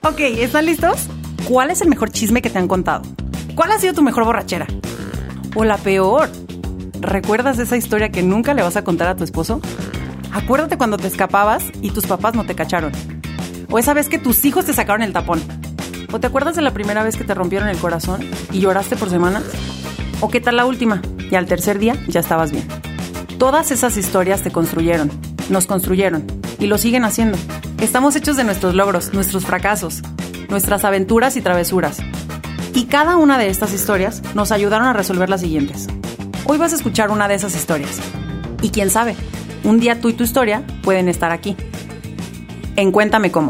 Ok, ¿están listos? ¿Cuál es el mejor chisme que te han contado? ¿Cuál ha sido tu mejor borrachera? ¿O la peor? ¿Recuerdas esa historia que nunca le vas a contar a tu esposo? Acuérdate cuando te escapabas y tus papás no te cacharon. ¿O esa vez que tus hijos te sacaron el tapón? ¿O te acuerdas de la primera vez que te rompieron el corazón y lloraste por semanas? ¿O qué tal la última? Y al tercer día ya estabas bien. Todas esas historias te construyeron, nos construyeron y lo siguen haciendo. Estamos hechos de nuestros logros, nuestros fracasos, nuestras aventuras y travesuras. Y cada una de estas historias nos ayudaron a resolver las siguientes. Hoy vas a escuchar una de esas historias. Y quién sabe, un día tú y tu historia pueden estar aquí. En Cuéntame Cómo.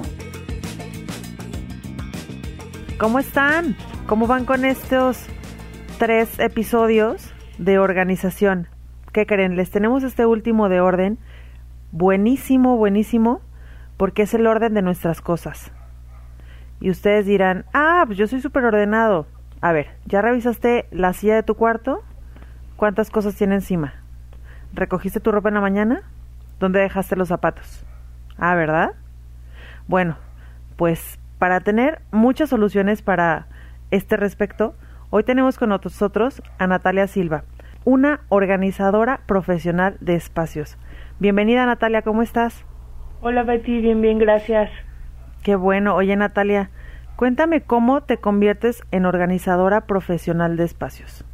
¿Cómo están? ¿Cómo van con estos 3 episodios de organización? ¿Qué creen? Les tenemos este último de orden. Buenísimo, buenísimo, porque es el orden de nuestras cosas. Y ustedes dirán, pues yo soy súper ordenado. A ver, ¿ya revisaste la silla de tu cuarto? ¿Cuántas cosas tiene encima? ¿Recogiste tu ropa en la mañana? ¿Dónde dejaste los zapatos? ¿Verdad? Bueno, pues para tener muchas soluciones para este respecto, hoy tenemos con nosotros a Natalia Silva, una organizadora profesional de espacios. Bienvenida, Natalia, ¿cómo estás? Hola, Betty, bien, gracias. Qué bueno. Oye, Natalia, cuéntame cómo te conviertes en organizadora profesional de espacios.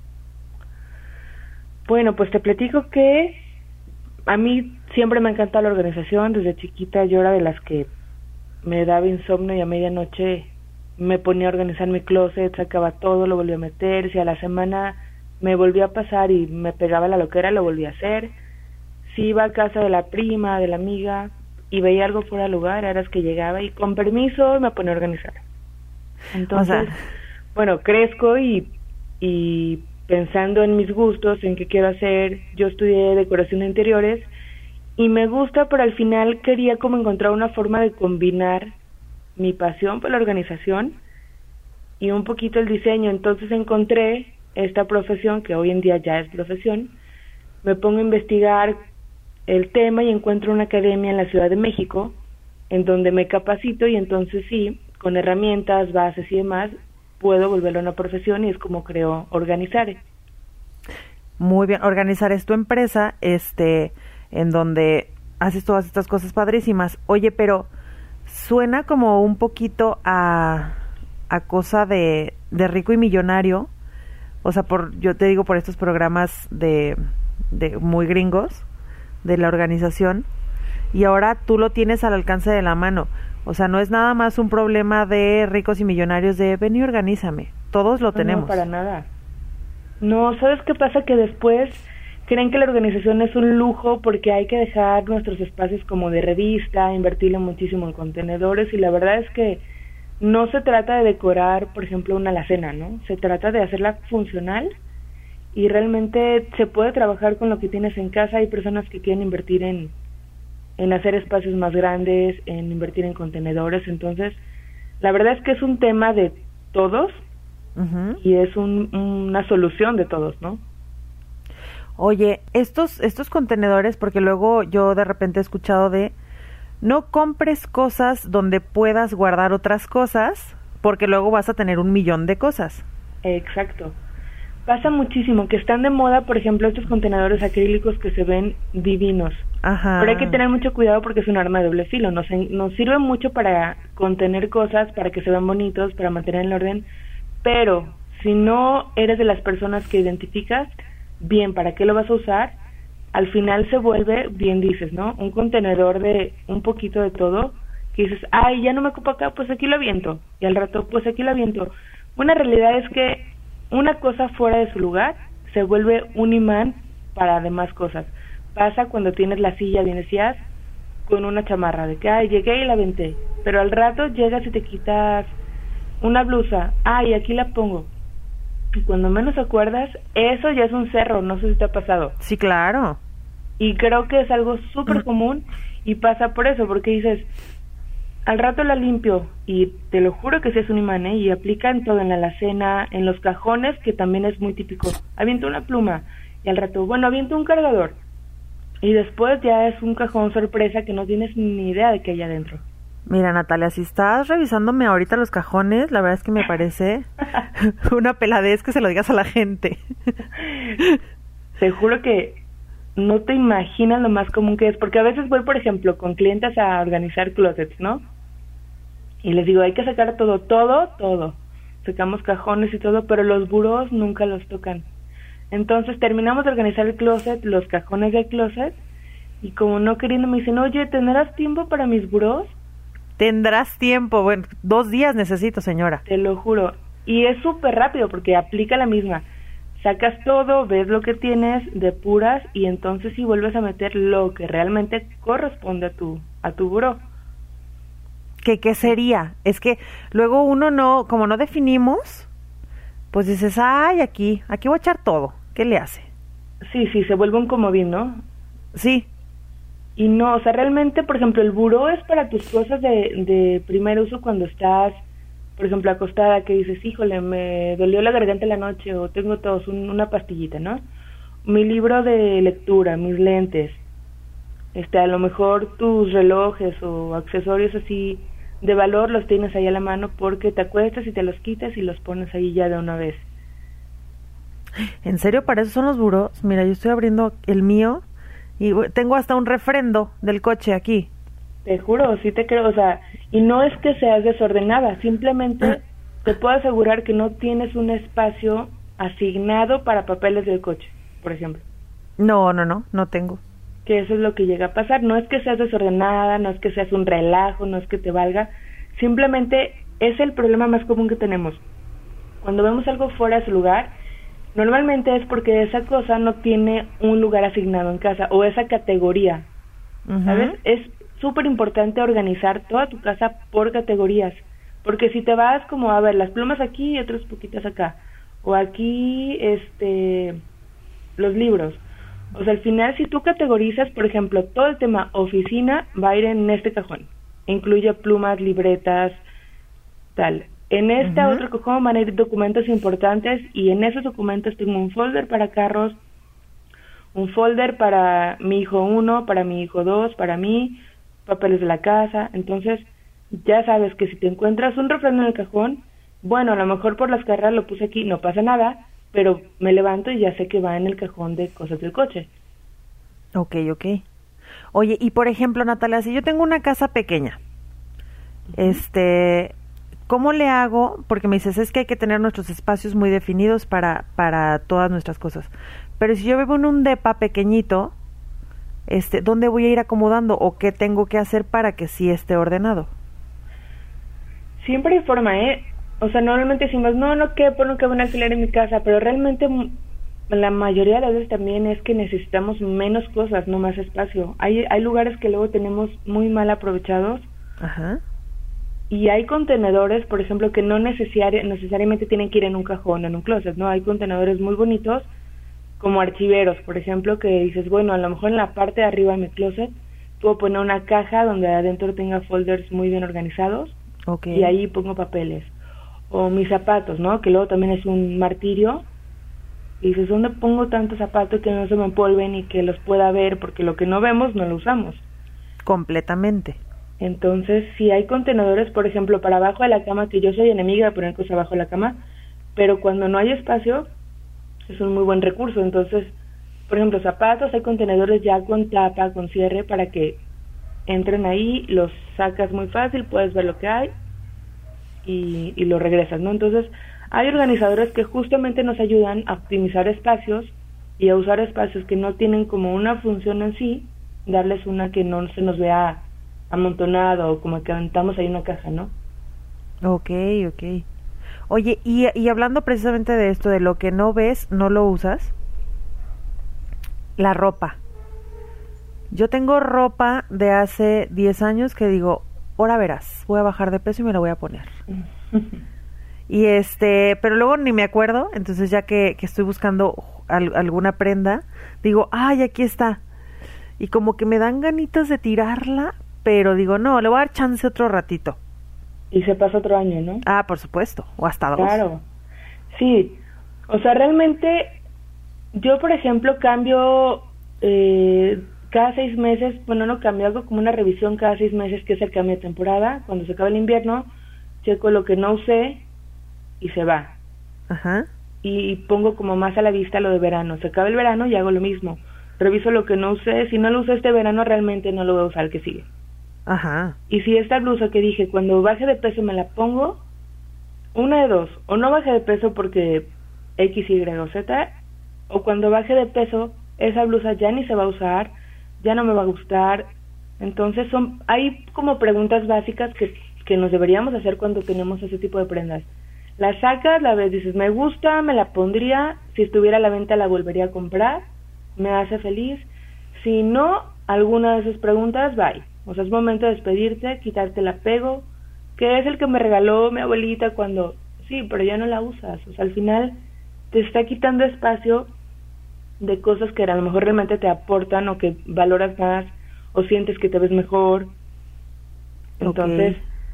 Bueno, pues te platico que a mí siempre me ha encantado la organización. Desde chiquita yo era de las que me daba insomnio y a medianoche me ponía a organizar mi closet, sacaba todo, lo volvía a meter. Si a la semana me volvía a pasar y me pegaba la loquera, lo volvía a hacer. Si iba a casa de la prima, de la amiga y veía algo fuera de lugar, era que llegaba y con permiso me ponía a organizar. Entonces, bueno, crezco y pensando en mis gustos, en qué quiero hacer, yo estudié decoración de interiores y me gusta, pero al final quería como encontrar una forma de combinar mi pasión por la organización y un poquito el diseño. Entonces encontré esta profesión, que hoy en día ya es profesión. Me pongo a investigar el tema y encuentro una academia en la Ciudad de México en donde me capacito y entonces sí, con herramientas, bases y demás, puedo volverlo a una profesión y es como creo Organizare. Muy bien, Organizare es tu empresa, en donde haces todas estas cosas padrísimas. Oye, pero suena como un poquito a cosa de rico y millonario. O sea, yo te digo por estos programas de muy gringos de la organización, y ahora tú lo tienes al alcance de la mano. O sea, no es nada más un problema de ricos y millonarios de ven y organízame. Todos lo tenemos. No, para nada. No, ¿sabes qué pasa? Que después creen que la organización es un lujo porque hay que dejar nuestros espacios como de revista, invertirle muchísimo en contenedores, y la verdad es que no se trata de decorar, por ejemplo, una alacena, ¿no? Se trata de hacerla funcional y realmente se puede trabajar con lo que tienes en casa. Hay personas que quieren invertir en hacer espacios más grandes, en invertir en contenedores. Entonces, la verdad es que es un tema de todos y es una solución de todos, ¿no? Oye, estos contenedores, porque luego yo de repente he escuchado de no compres cosas donde puedas guardar otras cosas, porque luego vas a tener 1,000,000 de cosas. Exacto. Pasa muchísimo que están de moda, por ejemplo, estos contenedores acrílicos que se ven divinos. Ajá. Pero hay que tener mucho cuidado porque es un arma de doble filo. Nos sirve mucho para contener cosas, para que se vean bonitos, para mantener el orden, pero si no eres de las personas que identificas bien para qué lo vas a usar, al final se vuelve, bien dices, ¿no? Un contenedor de un poquito de todo, que dices, ya no me ocupo acá, pues aquí lo aviento, y al rato, pues aquí lo aviento. Una realidad es que una cosa fuera de su lugar se vuelve un imán para demás cosas. Pasa cuando tienes la silla, bien decías, con una chamarra, de que, llegué y la aventé, pero al rato llegas y te quitas una blusa, y aquí la pongo. Y cuando menos acuerdas, eso ya es un cerro, no sé si te ha pasado. Sí, claro. Y creo que es algo súper común y pasa por eso, porque dices, al rato la limpio, y te lo juro que sí es un imán, y aplica en todo, en la alacena, en los cajones, que también es muy típico. Aviento una pluma, y al rato, aviento un cargador, y después ya es un cajón sorpresa que no tienes ni idea de qué hay adentro. Mira, Natalia, si estás revisándome ahorita los cajones, la verdad es que me parece una peladez que se lo digas a la gente. Te juro que no te imaginas lo más común que es, porque a veces voy, por ejemplo, con clientes a organizar closets, ¿no? Y les digo, hay que sacar todo. Sacamos cajones y todo, pero los burós nunca los tocan. Entonces terminamos de organizar el closet, los cajones del closet, y como no queriendo me dicen, oye, ¿tendrás tiempo para mis burós? Tendrás tiempo, bueno, 2 días necesito, señora. Te lo juro. Y es súper rápido porque aplica la misma. Sacas todo, ves lo que tienes, depuras y entonces sí vuelves a meter lo que realmente corresponde a tu buró. ¿Qué sería? Es que luego uno no, como no definimos, pues dices, ay, aquí voy a echar todo. ¿Qué le hace? Sí, se vuelve un comodín, ¿no? Sí. Y no, o sea, realmente, por ejemplo, el buró es para tus cosas de primer uso cuando estás, por ejemplo, acostada, que dices, híjole, me dolió la garganta en la noche o tengo tos, una pastillita, ¿no? Mi libro de lectura, mis lentes, a lo mejor tus relojes o accesorios así de valor los tienes ahí a la mano porque te acuestas y te los quitas y los pones ahí ya de una vez. ¿En serio? ¿Para eso son los burós? Mira, yo estoy abriendo el mío y tengo hasta un refrendo del coche aquí. Te juro, sí te creo, o sea, y no es que seas desordenada, simplemente te puedo asegurar que no tienes un espacio asignado para papeles del coche, por ejemplo. No tengo. Que eso es lo que llega a pasar, no es que seas desordenada, no es que seas un relajo, no es que te valga, simplemente es el problema más común que tenemos. Cuando vemos algo fuera de su lugar, normalmente es porque esa cosa no tiene un lugar asignado en casa o esa categoría, ¿sabes? Es súper importante organizar toda tu casa por categorías, porque si te vas como a ver las plumas aquí y otras poquitas acá, o aquí los libros, o sea, al final si tú categorizas, por ejemplo, todo el tema oficina va a ir en este cajón, incluye plumas, libretas, tal. En este otro cajón van a ir documentos importantes y en esos documentos tengo un folder para carros, un folder para mi hijo 1, para mi hijo 2, para mí, papeles de la casa. Entonces ya sabes que si te encuentras un refrendo en el cajón, bueno, a lo mejor por las carreras lo puse aquí, no pasa nada, pero me levanto y ya sé que va en el cajón de cosas del coche. Ok. Oye, y por ejemplo, Natalia, si yo tengo una casa pequeña, ¿cómo le hago? Porque me dices, es que hay que tener nuestros espacios muy definidos para todas nuestras cosas. Pero si yo vivo en un depa pequeñito, ¿dónde voy a ir acomodando o qué tengo que hacer para que sí esté ordenado? Siempre hay forma, O sea, normalmente decimos, no quepo un alquiler en mi casa, pero realmente la mayoría de las veces también es que necesitamos menos cosas, no más espacio. Hay lugares que luego tenemos muy mal aprovechados. Ajá. Y hay contenedores, por ejemplo, que no necesariamente tienen que ir en un cajón o en un closet, ¿no? Hay contenedores muy bonitos, como archiveros, por ejemplo, que dices, bueno, a lo mejor en la parte de arriba de mi closet puedo poner una caja donde adentro tenga folders muy bien organizados, y ahí pongo papeles. O mis zapatos, ¿no? Que luego también es un martirio. Y dices, ¿dónde pongo tantos zapatos que no se me empolven y que los pueda ver? Porque lo que no vemos no lo usamos. Completamente. Entonces, si hay contenedores, por ejemplo, para abajo de la cama, que yo soy enemiga de poner cosas abajo de la cama, pero cuando no hay espacio, es un muy buen recurso. Entonces, por ejemplo, zapatos, hay contenedores ya con tapa, con cierre, para que entren ahí, los sacas muy fácil, puedes ver lo que hay y lo regresas, ¿no? Entonces, hay organizadores que justamente nos ayudan a optimizar espacios y a usar espacios que no tienen como una función en sí, darles una que no se nos vea amontonado o como que aventamos ahí una caja, ¿no? Ok. Oye, y hablando precisamente de esto, de lo que no ves, no lo usas, la ropa. Yo tengo ropa de hace 10 años que digo, ahora verás, voy a bajar de peso y me la voy a poner. Y pero luego ni me acuerdo, entonces ya que estoy buscando alguna prenda, digo, ay, aquí está. Y como que me dan ganitas de tirarla, pero digo, no, le voy a dar chance otro ratito. Y se pasa otro año, ¿no? Ah, por supuesto, o hasta 2. Claro, sí. O sea, realmente, yo, por ejemplo, cambio cada 6 meses, bueno, no cambio, hago como una revisión cada 6 meses, que es el cambio de temporada. Cuando se acaba el invierno, checo lo que no usé y se va. Ajá. Y pongo como más a la vista lo de verano. Se acaba el verano y hago lo mismo. Reviso lo que no usé. Si no lo usé este verano, realmente no lo voy a usar el que sigue. Ajá. Y si esta blusa que dije, cuando baje de peso me la pongo, una de dos. O no baje de peso porque X, Y o Z, o cuando baje de peso, esa blusa ya ni se va a usar, ya no me va a gustar. Entonces hay como preguntas básicas que nos deberíamos hacer cuando tenemos ese tipo de prendas. La sacas, la ves, dices, me gusta, me la pondría, si estuviera a la venta la volvería a comprar, me hace feliz. Si no, alguna de esas preguntas, bye. O sea, es momento de despedirte, quitarte el apego, que es el que me regaló mi abuelita cuando, sí, pero ya no la usas. O sea, al final te está quitando espacio de cosas que a lo mejor realmente te aportan o que valoras más o sientes que te ves mejor. Entonces,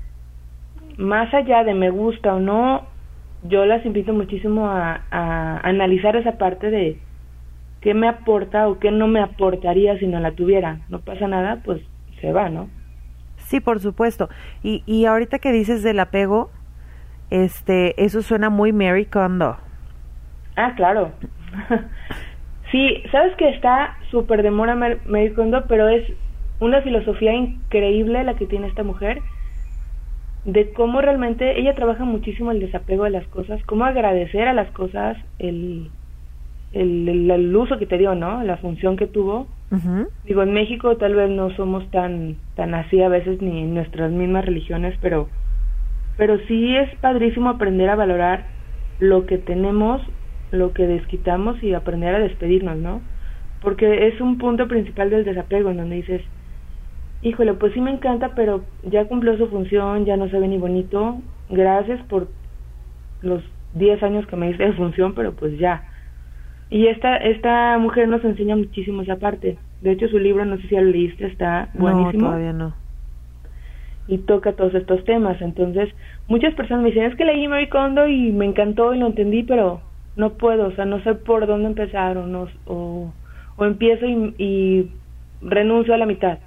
más allá de me gusta o no, yo las invito muchísimo a analizar esa parte de qué me aporta o qué no me aportaría si no la tuviera. No pasa nada, pues se va, ¿no? Sí, por supuesto. Y ahorita que dices del apego, eso suena muy Marie Kondo. Ah, claro. Sí, sabes que está súper de moda Marie Kondo, pero es una filosofía increíble la que tiene esta mujer, de cómo realmente ella trabaja muchísimo el desapego de las cosas, cómo agradecer a las cosas el uso que te dio, ¿no? La función que tuvo. Uh-huh. Digo, en México tal vez no somos tan así a veces, ni en nuestras mismas religiones, pero sí es padrísimo aprender a valorar lo que tenemos, lo que desquitamos y aprender a despedirnos, ¿no? Porque es un punto principal del desapego, en donde dices, híjole, pues sí me encanta, pero ya cumplió su función, ya no se ve ni bonito, gracias por los 10 años que me diste de función, pero pues ya. Y esta mujer nos enseña muchísimo esa parte. De hecho, su libro, no sé si ya lo leíste, está buenísimo. No, todavía no. Y toca todos estos temas. Entonces, muchas personas me dicen, es que leí Marie Kondo y me encantó y lo entendí, pero no puedo, o sea, no sé por dónde empezar, o empiezo y renuncio a la mitad.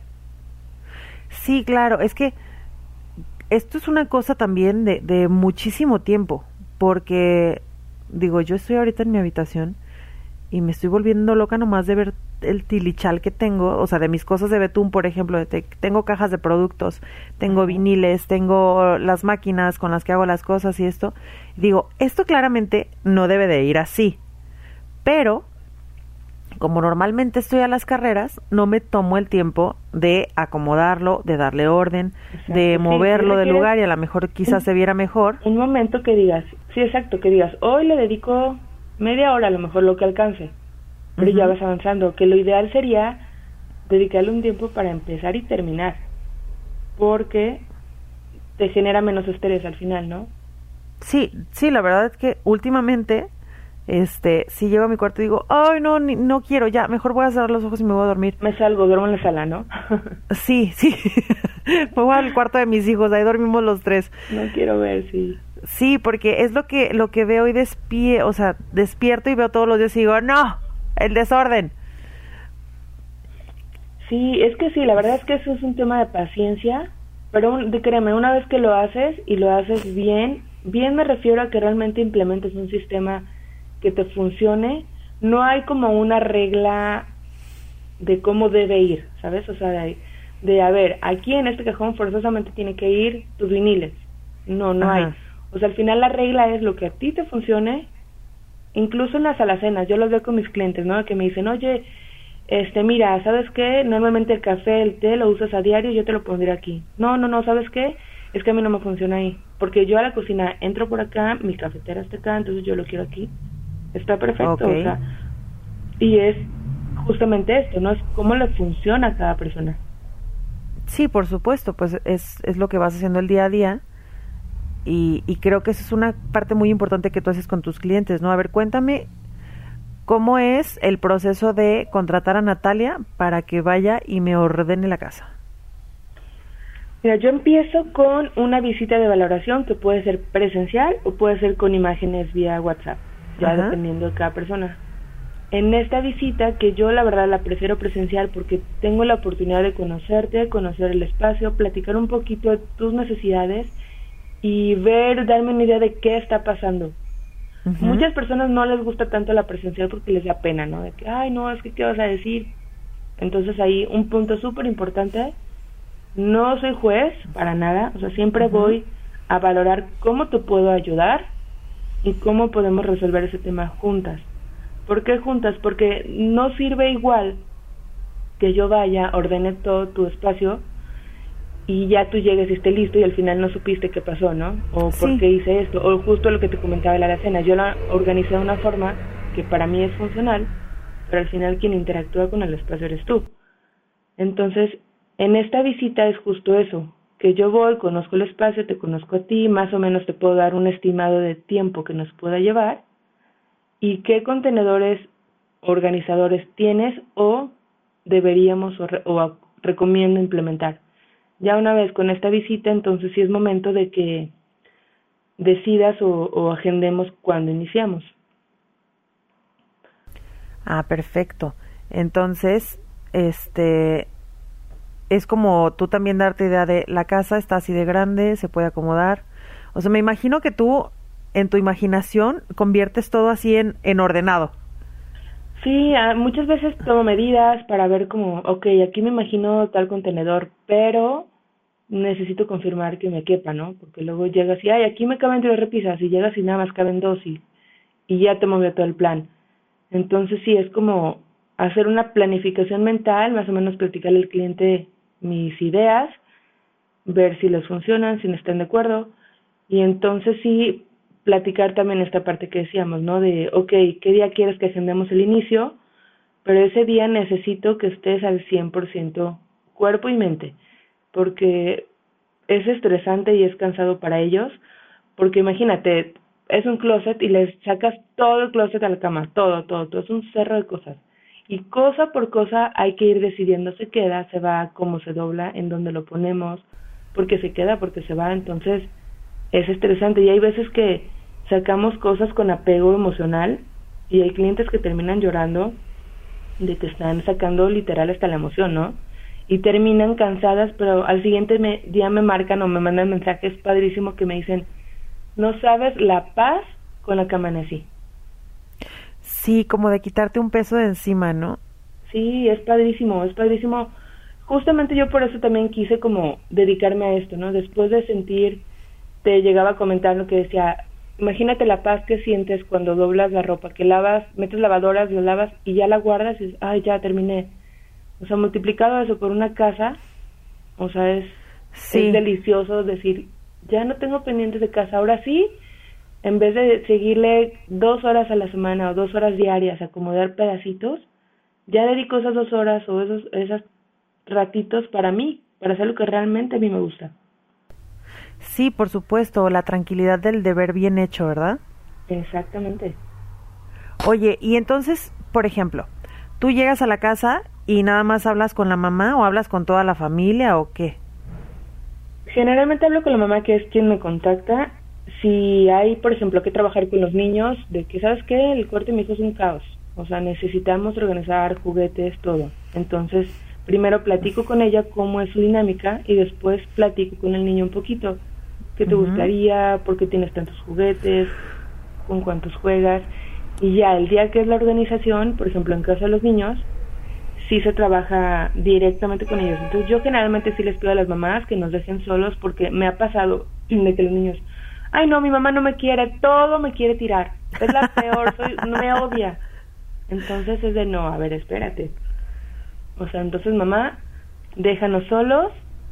Sí, claro, es que esto es una cosa también de muchísimo tiempo, porque, digo, yo estoy ahorita en mi habitación y me estoy volviendo loca nomás de ver el tilichal que tengo, o sea, de mis cosas de betún, por ejemplo, tengo cajas de productos, tengo viniles, tengo las máquinas con las que hago las cosas y esto. Digo, esto claramente no debe de ir así, pero como normalmente estoy a las carreras, no me tomo el tiempo de acomodarlo, de darle orden, exacto, de moverlo del lugar y a lo mejor quizás se viera mejor. Un momento que digas, sí, exacto, que digas, hoy le dedico media hora, a lo mejor lo que alcance, pero ya vas avanzando, que lo ideal sería dedicarle un tiempo para empezar y terminar, porque te genera menos estrés al final, ¿no? Sí, la verdad es que últimamente si llego a mi cuarto y digo, ay, no quiero, ya, mejor voy a cerrar los ojos y me voy a dormir. Me salgo, duermo en la sala, ¿no? Sí, me voy al cuarto de mis hijos, ahí dormimos los 3. No quiero ver, sí. Sí, porque es lo que veo y despierto y veo todos los días y digo, no, el desorden. Sí, es que sí, la verdad es que eso es un tema de paciencia, pero créeme, una vez que lo haces y lo haces bien me refiero a que realmente implementes un sistema que te funcione. No hay como una regla de cómo debe ir, ¿sabes? O sea, de a ver, aquí en este cajón forzosamente tiene que ir tus viniles. No hay. O sea, al final la regla es lo que a ti te funcione. Incluso en las alacenas, yo los veo con mis clientes, ¿no? Que me dicen, oye, mira, ¿sabes qué? Normalmente el café, el té lo usas a diario, yo te lo pondré aquí. No, ¿sabes qué? Es que a mí no me funciona ahí, porque yo a la cocina entro por acá, mi cafetera está acá, entonces yo lo quiero aquí. Está perfecto, okay. O sea, y es justamente esto, ¿no? Es cómo le funciona a cada persona. Sí, por supuesto, pues es lo que vas haciendo el día a día y creo que esa es una parte muy importante que tú haces con tus clientes, ¿no? A ver, cuéntame cómo es el proceso de contratar a Natalia para que vaya y me ordene la casa. Mira, yo empiezo con una visita de valoración que puede ser presencial o puede ser con imágenes vía WhatsApp, ya dependiendo de cada persona. en esta visita, que yo la verdad la prefiero presencial porque tengo la oportunidad de conocerte, conocer el espacio, platicar un poquito de tus necesidades y darme una idea de qué está pasando. Muchas personas no les gusta tanto la presencial porque les da pena, ¿no? De que, ay, no, es que, ¿qué vas a decir? Entonces ahí un punto súper importante, no soy juez para nada, o sea, siempre voy a valorar cómo te puedo ayudar y cómo podemos resolver ese tema juntas. ¿Por qué juntas? Porque no sirve igual que yo vaya, ordene todo tu espacio y ya tú llegues y esté listo y al final no supiste qué pasó, ¿no? O por qué hice esto, o justo lo que te comentaba de la alacena. Yo la organicé de una forma que para mí es funcional, pero al final quien interactúa con el espacio eres tú. Entonces, en esta visita es justo eso, que yo voy, conozco el espacio, te conozco a ti, más o menos te puedo dar un estimado de tiempo que nos pueda llevar, y qué contenedores organizadores tienes o deberíamos o recomiendo implementar. Ya una vez con esta visita, entonces sí es momento de que decidas o agendemos cuando iniciamos. Ah, perfecto. Entonces, es como tú también darte idea de la casa está así de grande, se puede acomodar. O sea, me imagino que tú en tu imaginación conviertes todo así en ordenado. Sí, muchas veces tomo medidas para ver como, okay, aquí me imagino tal contenedor, pero necesito confirmar que me quepa, ¿no? Porque luego llegas y, ay, aquí me caben 3 repisas, y llegas y nada más caben 2 y ya te movió todo el plan. Entonces sí, es como hacer una planificación mental, más o menos platicarle al cliente mis ideas, ver si les funcionan, si no están de acuerdo, y entonces sí platicar también esta parte que decíamos, ¿no? De, okay, ¿qué día quieres que agendemos el inicio? Pero ese día necesito que estés al 100% cuerpo y mente, porque es estresante y es cansado para ellos, porque imagínate, es un closet y les sacas todo el closet a la cama, todo, es un cerro de cosas. Y cosa por cosa hay que ir decidiendo, se queda, se va, cómo se dobla, en dónde lo ponemos, porque se queda, porque se va, entonces es estresante. Y hay veces que sacamos cosas con apego emocional y hay clientes que terminan llorando de que están sacando literal hasta la emoción, ¿no? Y terminan cansadas, pero al siguiente día me marcan o me mandan mensajes padrísimos que me dicen, no sabes la paz con la que amanecí. Sí, como de quitarte un peso de encima, ¿no? Sí, es padrísimo, es padrísimo. Justamente yo por eso también quise como dedicarme a esto, ¿no? Después de sentir, te llegaba a comentar lo que decía, imagínate la paz que sientes cuando doblas la ropa, que lavas, metes lavadoras, la lavas y ya la guardas y dices, ay, ya terminé. O sea, multiplicado eso por una casa, o sea, es delicioso decir, ya no tengo pendientes de casa, ahora sí, en vez de seguirle 2 horas a la semana o 2 horas diarias a acomodar pedacitos, ya dedico esas 2 horas o esos ratitos para mí, para hacer lo que realmente a mí me gusta. Sí, por supuesto, la tranquilidad del deber bien hecho, ¿verdad? Exactamente. Oye, y entonces, por ejemplo, tú llegas a la casa y nada más hablas con la mamá o hablas con toda la familia o qué? Generalmente hablo con la mamá, que es quien me contacta. Si hay, por ejemplo, que trabajar con los niños, de que, ¿sabes qué? El cuarto de mi hijo es un caos. O sea, necesitamos organizar juguetes, todo. Entonces, primero platico con ella cómo es su dinámica y después platico con el niño un poquito. ¿Qué te gustaría? ¿Por qué tienes tantos juguetes? ¿Con cuántos juegas? Y ya, el día que es la organización, por ejemplo, en casa de los niños, sí se trabaja directamente con ellos. Entonces, yo generalmente sí les pido a las mamás que nos dejen solos porque me ha pasado de que los niños, ay no, mi mamá no me quiere, todo me quiere tirar, es la peor, me odia. Entonces es de no, a ver, espérate. O sea, entonces mamá, déjanos solos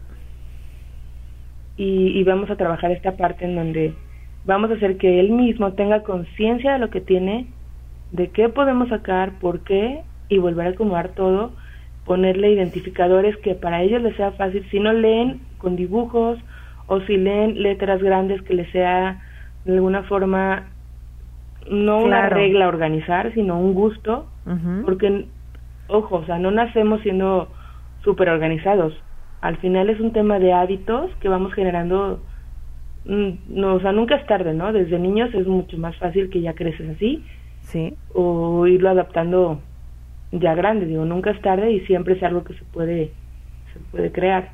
y vamos a trabajar esta parte en donde vamos a hacer que él mismo tenga conciencia de lo que tiene, de qué podemos sacar, por qué, y volver a acomodar todo, ponerle identificadores que para ellos les sea fácil, si no leen con dibujos o si leen letras grandes que les sea de alguna forma no una regla a organizar, sino un gusto, porque, ojo, o sea, no nacemos siendo súper organizados, al final es un tema de hábitos que vamos generando, no, o sea, nunca es tarde, ¿no? Desde niños es mucho más fácil que ya creces así, Sí. o irlo adaptando ya grande. Digo, nunca es tarde y siempre es algo que se puede crear.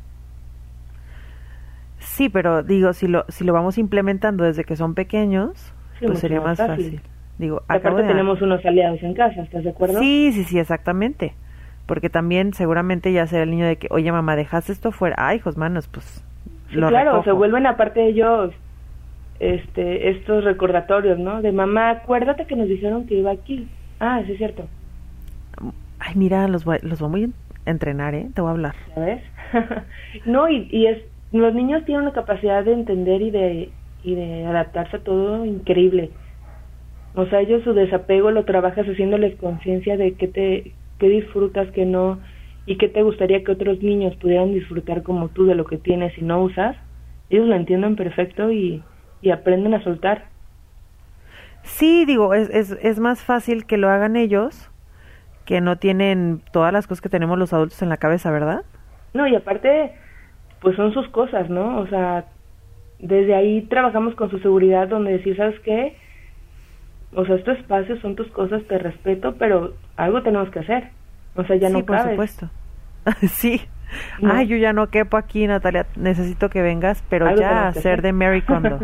Sí, pero digo, si lo vamos implementando desde que son pequeños, Sí, pues mucho sería más fácil. Digo, Aparte tenemos unos aliados en casa, ¿estás de acuerdo? Sí, exactamente. Porque también seguramente ya será el niño de que, oye mamá, dejaste esto fuera. Ay, hijos manos, pues Sí, lo claro, recojo. se vuelven aparte de ellos estos recordatorios, ¿no? De mamá, acuérdate que nos dijeron que iba aquí. Ah, sí es cierto. Ay, mira, los voy a entrenar, te voy a hablar. ¿Ya ves? No, los niños tienen una capacidad de entender y de adaptarse a todo increíble. O sea, ellos su desapego lo trabajas haciéndoles conciencia de qué disfrutas, qué no, y qué te gustaría que otros niños pudieran disfrutar como tú de lo que tienes y no usas. Ellos lo entienden perfecto y aprenden a soltar. Sí, digo, es más fácil que lo hagan ellos, que no tienen todas las cosas que tenemos los adultos en la cabeza, ¿verdad? No, y aparte, pues son sus cosas, ¿no? O sea, desde ahí trabajamos con su seguridad, donde decir, ¿sabes qué? O sea, es tu espacio, son tus cosas, te respeto, pero algo tenemos que hacer. O sea, ya no cabes. Sí, por supuesto. Sí. No. Ay, yo ya no quepo aquí, Natalia. Necesito que vengas, pero Algo ya a tenemos que ser hacer. de Mary Kondo.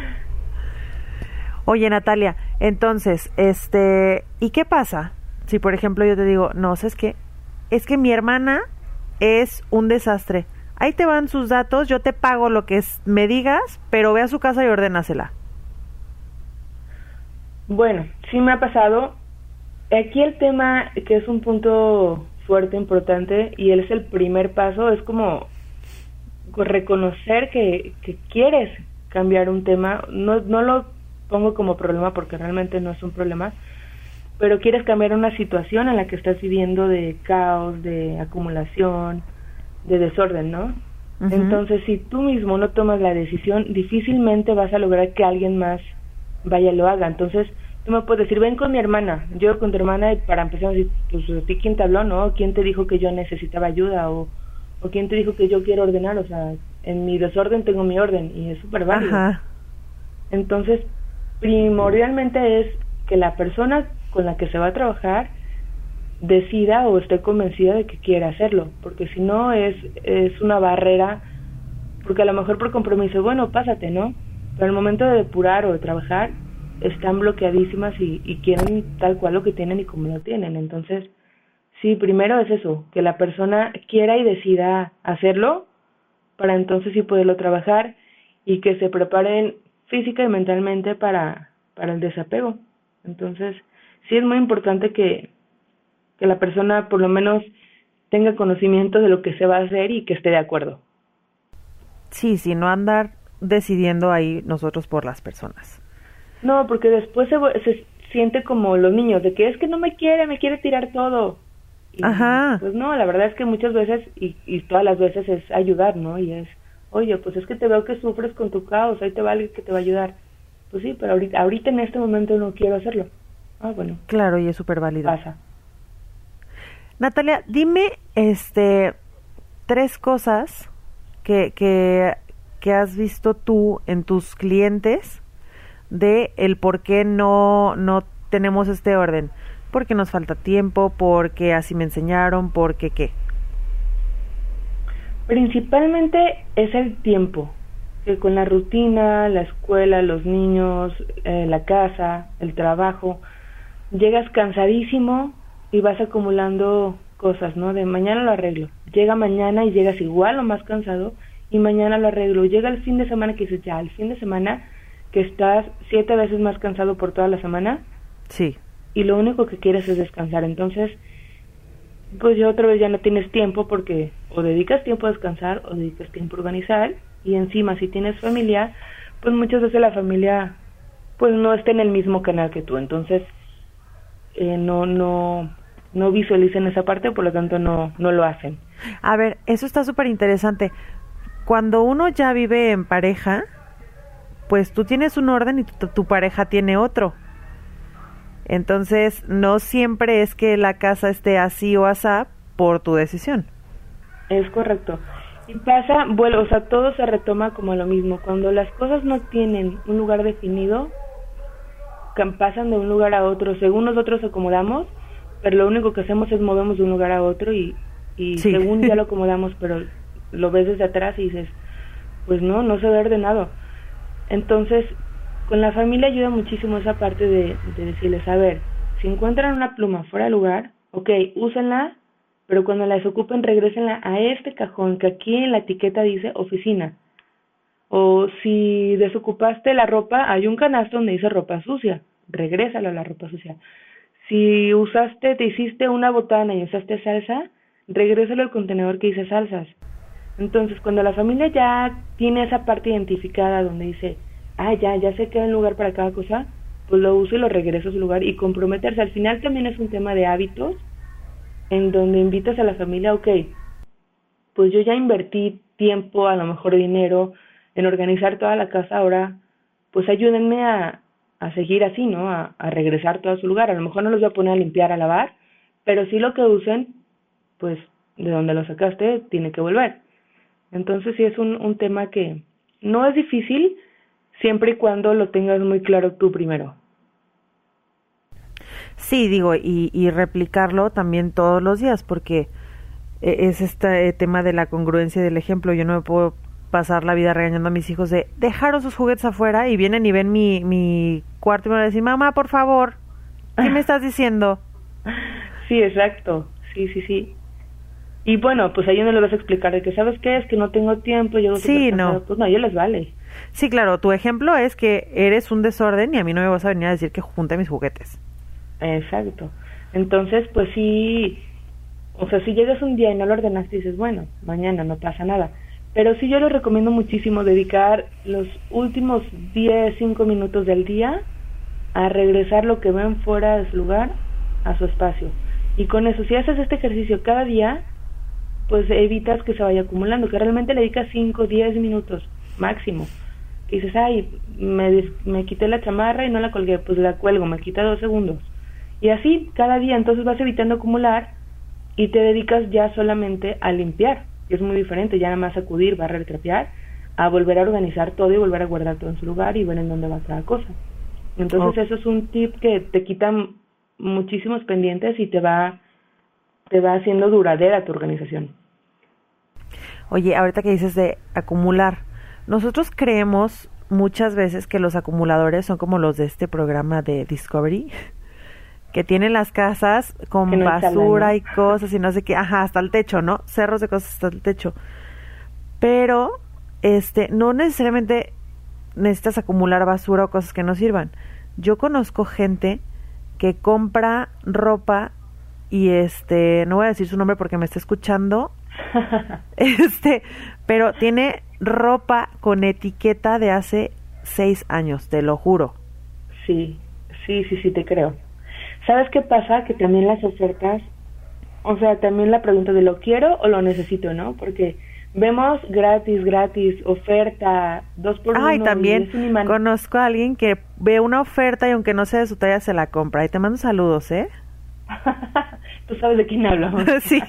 Oye, Natalia, entonces, ¿y qué pasa si, por ejemplo, yo te digo, no, ¿sabes qué? Es que mi hermana es un desastre. Ahí te van sus datos, yo te pago lo que me digas, pero ve a su casa y ordénasela. Bueno, sí me ha pasado. Aquí el tema, que es un punto fuerte, importante, y él es el primer paso, es como reconocer que quieres cambiar un tema. No lo pongo como problema porque realmente no es un problema, pero quieres cambiar una situación en la que estás viviendo de caos, de acumulación, de desorden, ¿no? Uh-huh. Entonces, si tú mismo no tomas la decisión, difícilmente vas a lograr que alguien más vaya y lo haga. Entonces, tú me puedes decir, ven con mi hermana, yo con tu hermana, y para empezar a decir, pues, ¿a ti quién te habló, no? ¿Quién te dijo que yo necesitaba ayuda? ¿O quién te dijo que yo quiero ordenar? O sea, en mi desorden tengo mi orden, y es súper válido. Ajá. Entonces, primordialmente es que la persona con la que se va a trabajar decida o esté convencida de que quiere hacerlo, porque si no es una barrera, porque a lo mejor por compromiso, bueno, pásate, ¿no? Pero al momento de depurar o de trabajar, están bloqueadísimas y quieren tal cual lo que tienen y como lo tienen. Entonces, sí, primero es eso, que la persona quiera y decida hacerlo, para entonces sí poderlo trabajar y que se preparen física y mentalmente para el desapego. Entonces, sí es muy importante que la persona por lo menos tenga conocimiento de lo que se va a hacer y que esté de acuerdo. Sí, no andar decidiendo ahí nosotros por las personas. No, porque después se siente como los niños, de que es que no me quiere tirar todo. Y, ajá. Pues no, la verdad es que muchas veces, y todas las veces es ayudar, ¿no? Y es, oye, pues es que te veo que sufres con tu caos, ahí te va alguien que te va a ayudar. Pues sí, pero ahorita en este momento no quiero hacerlo. Ah, bueno. Claro, y es súper válido. Pasa. Natalia, dime 3 cosas que has visto tú en tus clientes de el por qué no tenemos este orden. Porque nos falta tiempo, porque así me enseñaron, porque qué. Principalmente es el tiempo, que con la rutina, la escuela, los niños, la casa, el trabajo, llegas cansadísimo y vas acumulando cosas, ¿no? De mañana lo arreglo. Llega mañana y llegas igual o más cansado y mañana lo arreglo. Llega el fin de semana que dices, ya, el fin de semana que estás 7 veces más cansado por toda la semana. Sí. Y lo único que quieres es descansar. Entonces, pues ya otra vez ya no tienes tiempo porque o dedicas tiempo a descansar o dedicas tiempo a organizar. Y encima, si tienes familia, pues muchas veces la familia pues no está en el mismo canal que tú. Entonces, no visualicen esa parte, por lo tanto no lo hacen. A ver, eso está súper interesante. Cuando uno ya vive en pareja, pues tú tienes un orden y tu pareja tiene otro. Entonces, no siempre es que la casa esté así o asá por tu decisión. Es correcto. Y pasa, bueno, o sea, todo se retoma como lo mismo. Cuando las cosas no tienen un lugar definido, pasan de un lugar a otro, según nosotros acomodamos, pero lo único que hacemos es movemos de un lugar a otro y sí. Según ya lo acomodamos, pero lo ves desde atrás y dices, pues no se ve ordenado. Entonces, con la familia ayuda muchísimo esa parte de decirles, a ver, si encuentran una pluma fuera de lugar, ok, úsenla, pero cuando la desocupen, regrésenla a este cajón que aquí en la etiqueta dice oficina. O si desocupaste la ropa, hay un canasto donde dice ropa sucia, regrésalo a la ropa sucia. Si te hiciste una botana y usaste salsa, regrésalo al contenedor que dice salsas. Entonces, cuando la familia ya tiene esa parte identificada donde dice, ya sé que hay un lugar para cada cosa, pues lo uso y lo regreso a su lugar y comprometerse. Al final también es un tema de hábitos, en donde invitas a la familia, ok, pues yo ya invertí tiempo, a lo mejor dinero, en organizar toda la casa, ahora pues ayúdenme a seguir así, ¿no? A regresar todo a su lugar. A lo mejor no los voy a poner a limpiar, a lavar, pero sí lo que usen, pues de donde lo sacaste, tiene que volver. Entonces sí es un tema que no es difícil, siempre y cuando lo tengas muy claro tú primero. Sí, digo, y replicarlo también todos los días, porque es este tema de la congruencia del ejemplo. Yo no me puedo pasar la vida regañando a mis hijos de dejaron sus juguetes afuera y vienen y ven mi cuarto y me van a decir, mamá, por favor, ¿qué me estás diciendo? Sí, exacto, sí. Y bueno, pues ahí no le vas a explicar de que, ¿sabes qué? Es que no tengo tiempo, yo sí, no. Pues no, a ellos les vale. Sí, claro, tu ejemplo es que eres un desorden y a mí no me vas a venir a decir que junte mis juguetes. Exacto. Entonces, pues sí, o sea, si llegas un día y no lo ordenaste y dices, bueno, mañana no pasa nada. Pero sí yo les recomiendo muchísimo dedicar los últimos 5 minutos del día a regresar lo que ven fuera de su lugar a su espacio. Y con eso, si haces este ejercicio cada día, pues evitas que se vaya acumulando, que realmente le dedicas 5, 10 minutos máximo. Y dices, me quité la chamarra y no la colgué, pues la cuelgo, me quita 2 segundos. Y así, cada día, entonces vas evitando acumular y te dedicas ya solamente a limpiar, que es muy diferente, ya nada más acudir, barrer, trapear, a volver a organizar todo y volver a guardar todo en su lugar y ver en dónde va cada cosa. Entonces eso es un tip que te quita muchísimos pendientes y te va haciendo duradera tu organización. Oye, ahorita que dices de acumular, nosotros creemos muchas veces que los acumuladores son como los de este programa de Discovery, que tienen las casas con basura y cosas y no sé qué, hasta el techo, ¿no? Cerros de cosas hasta el techo. Pero no necesariamente necesitas acumular basura o cosas que no sirvan. Yo conozco gente que compra ropa y no voy a decir su nombre porque me está escuchando, pero tiene ropa con etiqueta de hace 6 años, te lo juro. Sí, te creo. ¿Sabes qué pasa? Que también las ofertas, o sea, también la pregunta de lo quiero o lo necesito, ¿no? Porque vemos gratis, oferta, 2 por 1. Ay, también conozco a alguien que ve una oferta y aunque no sea de su talla se la compra. Y te mando saludos, ¿eh? Tú sabes de quién hablo. Sí.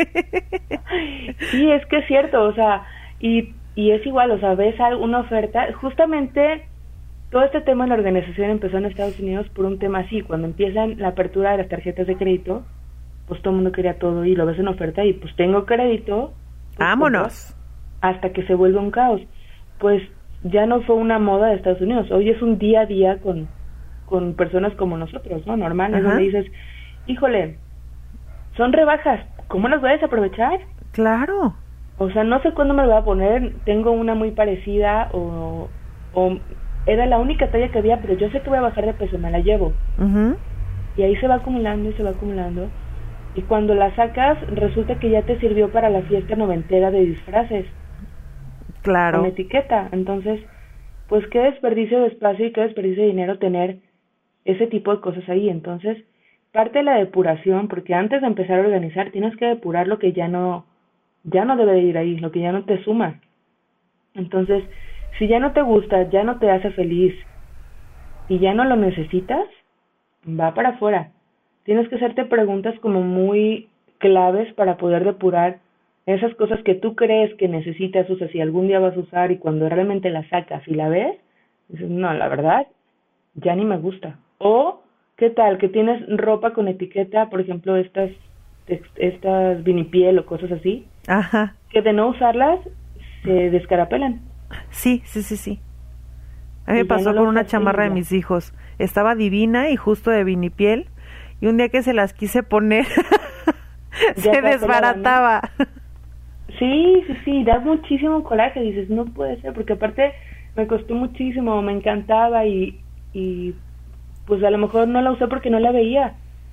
Sí, es que es cierto, o sea, y es igual, o sea, ves una oferta, justamente todo este tema de la organización empezó en Estados Unidos por un tema así, cuando empiezan la apertura de las tarjetas de crédito, pues todo el mundo quería todo y lo ves en oferta y pues tengo crédito. Pues, vámonos. Hasta que se vuelve un caos. Pues ya no fue una moda de Estados Unidos, hoy es un día a día con personas como nosotros, ¿no? Normales, donde dices, híjole, son rebajas, ¿cómo las voy a desaprovechar? Claro. O sea, no sé cuándo me lo voy a poner, tengo una muy parecida o era la única talla que había, pero yo sé que voy a bajar de peso, me la llevo. Y ahí se va acumulando. Y cuando la sacas, resulta que ya te sirvió para la fiesta noventera de disfraces. Claro. Con etiqueta. Entonces, pues qué desperdicio de espacio y qué desperdicio de dinero tener ese tipo de cosas ahí. Entonces, parte de la depuración, porque antes de empezar a organizar, tienes que depurar lo que ya no debe de ir ahí, lo que ya no te suma. Entonces, si ya no te gusta, ya no te hace feliz y ya no lo necesitas, va para afuera. Tienes que hacerte preguntas como muy claves para poder depurar esas cosas que tú crees que necesitas, o sea, si algún día vas a usar y cuando realmente la sacas y la ves, dices, no, la verdad, ya ni me gusta. O, ¿qué tal? Que tienes ropa con etiqueta, por ejemplo, estas vinipiel o cosas así, Ajá. que de no usarlas se descarapelan. Sí. A mí Y me ya pasó no con lo una usaste chamarra y de ya. mis hijos. Estaba divina y justo de vinipiel. Y un día que se las quise poner, Ya se está pelada, desbarataba. Sí, da muchísimo coraje, dices, no puede ser, porque aparte me costó muchísimo, me encantaba y pues a lo mejor no la usé porque no la veía.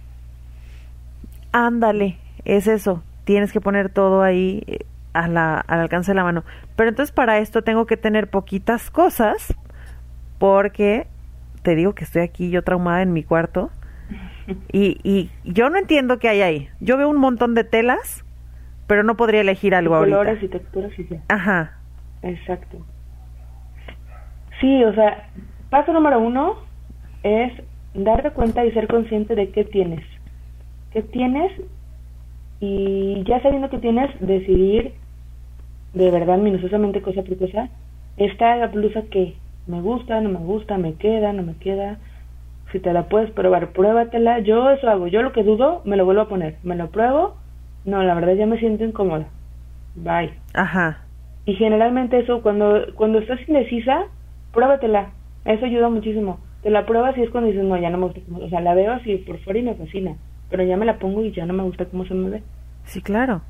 Ándale, es eso. Tienes que poner todo ahí al alcance de la mano. Pero entonces para esto tengo que tener poquitas cosas, porque te digo que estoy aquí yo traumada en mi cuarto y yo no entiendo qué hay ahí. Yo veo un montón de telas, pero no podría elegir algo ahorita. Colores y texturas y ya. Ajá. Exacto. Sí, o sea, paso número 1 es darte cuenta y ser consciente de qué tienes. ¿Qué tienes? Y ya sabiendo que tienes, decidir de verdad minuciosamente cosa por cosa. Esta blusa que me gusta, no me gusta, me queda, no me queda. Si te la puedes probar, pruébatela. Yo eso hago. Yo lo que dudo, me lo vuelvo a poner. Me lo pruebo. No, la verdad ya me siento incómoda. Bye. Ajá. Y generalmente eso, cuando estás indecisa, pruébatela. Eso ayuda muchísimo. Te la pruebas y es cuando dices, no, ya no me gusta. O sea, la veo así por fuera y me fascina. Pero ya me la pongo y ya no me gusta cómo se me ve. Sí, claro.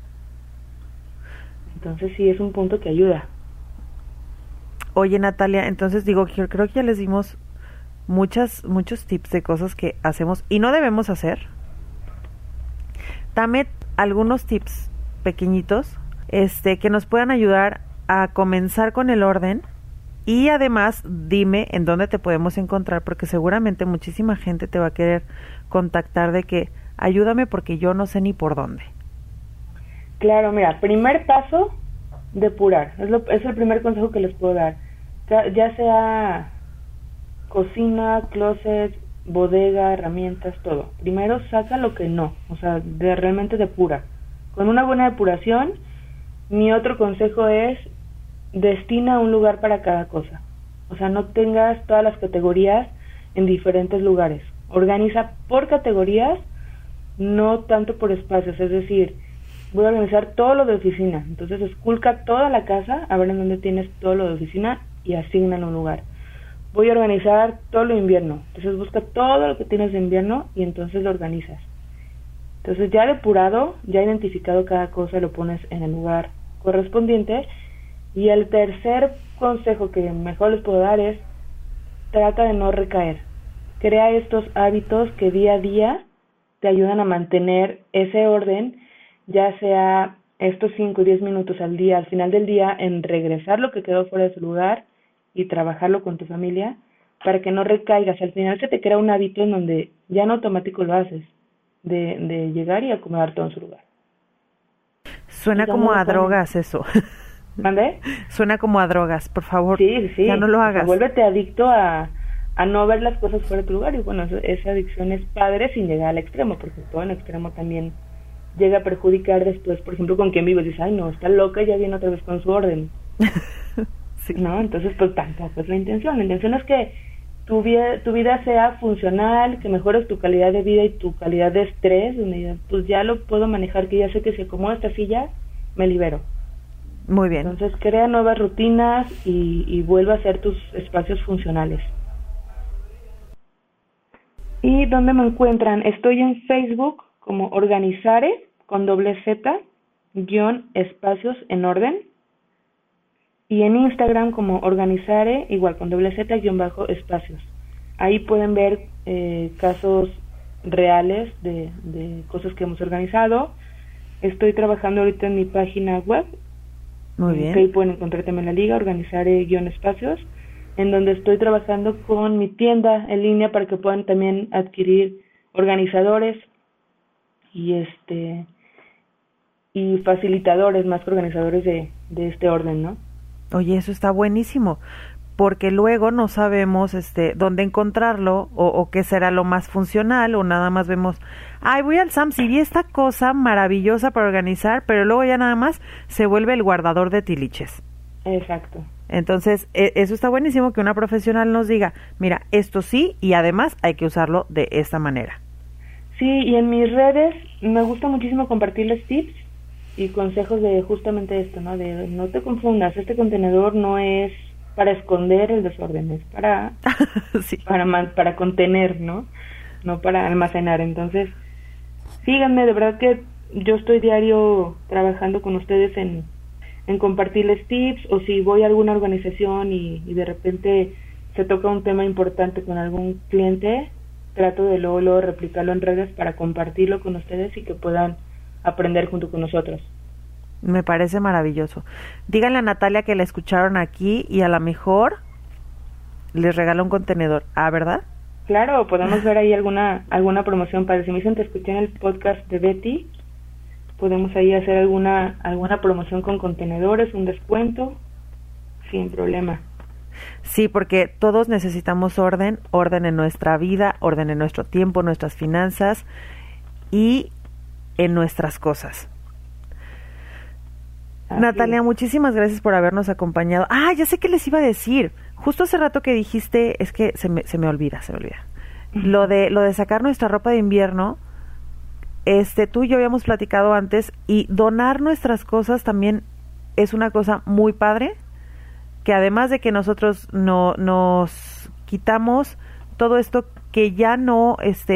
Entonces sí es un punto que ayuda. Oye, Natalia, entonces digo, creo que ya les dimos muchos tips de cosas que hacemos y no debemos hacer. Dame algunos tips pequeñitos, que nos puedan ayudar a comenzar con el orden, y además dime en dónde te podemos encontrar, porque seguramente muchísima gente te va a querer contactar de que ayúdame porque yo no sé ni por dónde. Claro, mira, primer paso, depurar. Es el primer consejo que les puedo dar. Ya sea cocina, closet, bodega, herramientas, todo. Primero saca lo que no, o sea, realmente depura. Con una buena depuración, mi otro consejo es destina un lugar para cada cosa. O sea, no tengas todas las categorías en diferentes lugares. Organiza por categorías, no tanto por espacios. Es decir, voy a organizar todo lo de oficina. Entonces esculca toda la casa, a ver en dónde tienes todo lo de oficina y asigna en un lugar. Voy a organizar todo lo de invierno. Entonces busca todo lo que tienes de invierno y entonces lo organizas. Entonces ya depurado, ya identificado cada cosa, lo pones en el lugar correspondiente. Y el tercer consejo que mejor les puedo dar es, trata de no recaer. Crea estos hábitos que día a día te ayudan a mantener ese orden, ya sea estos 5 o 10 minutos al día, al final del día, en regresar lo que quedó fuera de su lugar y trabajarlo con tu familia, para que no recaigas. Al final se te crea un hábito en donde ya en automático lo haces, de llegar y acomodar todo en su lugar. Suena como a drogas eso. ¿Mande? Suena como a drogas, por favor. Sí. Ya no lo hagas. O sea, vuélvete adicto a no ver las cosas fuera de tu lugar. Y bueno, esa adicción es padre sin llegar al extremo, porque todo en extremo también llega a perjudicar después. Por ejemplo, con quien vives, dices, ay no, está loca y ya viene otra vez con su orden. Sí. No, entonces pues tampoco es la intención. La intención es que tu vida sea funcional, que mejores tu calidad de vida y tu calidad de estrés, donde pues ya lo puedo manejar, que ya sé que si acomodo esta silla, me libero. Muy bien. Entonces crea nuevas rutinas y vuelve a hacer tus espacios funcionales. ¿Y dónde me encuentran? Estoy en Facebook como Organizare, con Z, espacios en orden. Y en Instagram como Organizare, igual con Z, espacios. Ahí pueden ver casos reales de cosas que hemos organizado. Estoy trabajando ahorita en mi página web. Muy bien. Que ahí pueden encontrar también la liga, Organizare-espacios, en donde estoy trabajando con mi tienda en línea para que puedan también adquirir organizadores y facilitadores más que organizadores de este orden, ¿no? Oye, eso está buenísimo, porque luego no sabemos dónde encontrarlo o qué será lo más funcional, o nada más vemos, ay, voy al Sam's y vi esta cosa maravillosa para organizar, pero luego ya nada más se vuelve el guardador de tiliches. Exacto. Entonces, eso está buenísimo que una profesional nos diga, mira, esto sí, y además hay que usarlo de esta manera. Sí, y en mis redes me gusta muchísimo compartirles tips y consejos de justamente esto, ¿no? De no te confundas, este contenedor no es para esconder el desorden, es para sí. para contener, ¿no? No para almacenar. Entonces, síganme, de verdad que yo estoy diario trabajando con ustedes en compartirles tips, o si voy a alguna organización y de repente se toca un tema importante con algún cliente, trato de luego replicarlo en redes para compartirlo con ustedes y que puedan aprender junto con nosotros. Me parece maravilloso. Díganle a Natalia que la escucharon aquí y a lo mejor les regala un contenedor. Ah, ¿verdad? Claro, podemos ver ahí alguna promoción para si me dicen te escuché en el podcast de Betty, podemos ahí hacer alguna promoción con contenedores, un descuento, sin problema. Sí, porque todos necesitamos orden en nuestra vida, orden en nuestro tiempo, nuestras finanzas y en nuestras cosas. Así Natalia, es. Muchísimas gracias por habernos acompañado. Ah, ya sé qué les iba a decir. Justo hace rato que dijiste, es que se me olvida. Lo de sacar nuestra ropa de invierno, tú y yo habíamos platicado antes, y donar nuestras cosas también es una cosa muy padre, que además de que nosotros nos quitamos todo esto que ya no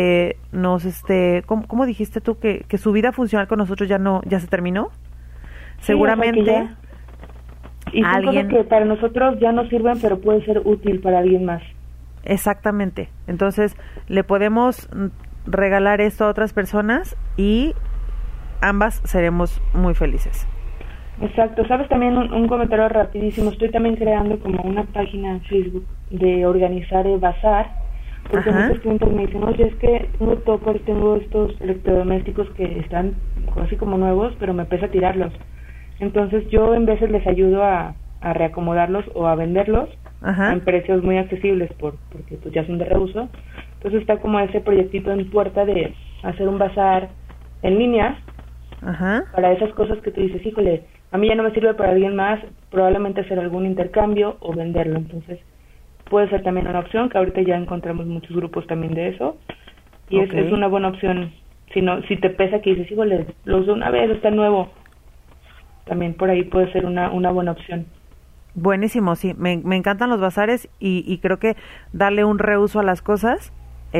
¿cómo dijiste tú que su vida funcional con nosotros ya se terminó? Sí, seguramente y son alguien cosas que para nosotros ya no sirven, pero puede ser útil para alguien más. Exactamente. Entonces, le podemos regalar esto a otras personas y ambas seremos muy felices. Exacto. ¿Sabes? También un comentario rapidísimo. Estoy también creando como una página en Facebook de organizar el bazar, porque muchos clientes me dicen, oye, es que tengo estos electrodomésticos que están así como nuevos, pero me pesa tirarlos. Entonces yo en veces les ayudo a reacomodarlos o a venderlos en precios muy accesibles porque pues ya son de reuso. Entonces está como ese proyectito en puerta de hacer un bazar en línea para esas cosas que tú dices, híjole, a mí ya no me sirve para alguien más, probablemente hacer algún intercambio o venderlo. Entonces puede ser también una opción, que ahorita ya encontramos muchos grupos también de eso, y es una buena opción. Si te pesa que dices, híjole, lo uso una vez, está nuevo, también por ahí puede ser una buena opción. Buenísimo, sí, me encantan los bazares y creo que darle un reuso a las cosas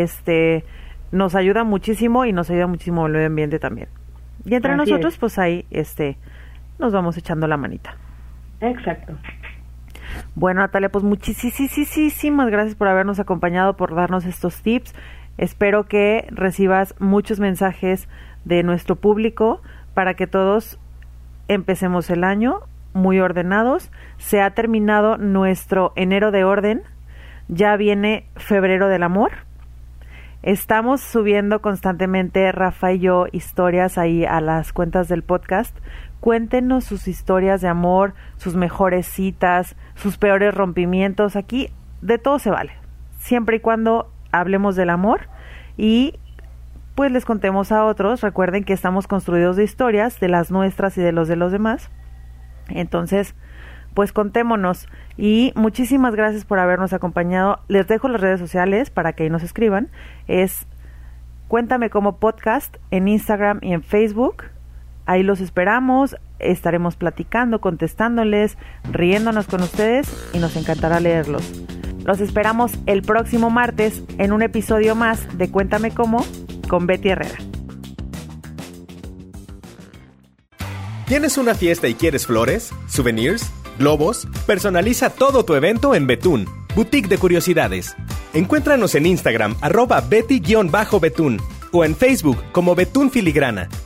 nos ayuda muchísimo y nos ayuda muchísimo el medio ambiente también. Y entre nosotros, pues ahí nos vamos echando la manita. Exacto. Bueno, Natalia, pues muchísimas gracias por habernos acompañado, por darnos estos tips. Espero que recibas muchos mensajes de nuestro público para que todos empecemos el año muy ordenados. Se ha terminado nuestro enero de orden, ya viene febrero del amor. Estamos subiendo constantemente, Rafa y yo, historias ahí a las cuentas del podcast. Cuéntenos sus historias de amor, sus mejores citas, sus peores rompimientos. Aquí de todo se vale, siempre y cuando hablemos del amor y pues les contemos a otros. Recuerden que estamos construidos de historias, de las nuestras y de los demás. Entonces, pues contémonos. Y muchísimas gracias por habernos acompañado. Les dejo las redes sociales para que ahí nos escriban. Es Cuéntame Cómo Podcast en Instagram y en Facebook. Ahí los esperamos. Estaremos platicando, contestándoles, riéndonos con ustedes y nos encantará leerlos. Los esperamos el próximo martes en un episodio más de Cuéntame Cómo con Betty Herrera. ¿Tienes una fiesta y quieres flores, souvenirs, globos? Personaliza todo tu evento en Betún, Boutique de Curiosidades. Encuéntranos en Instagram @Betty_Betún o en Facebook como Betún Filigrana.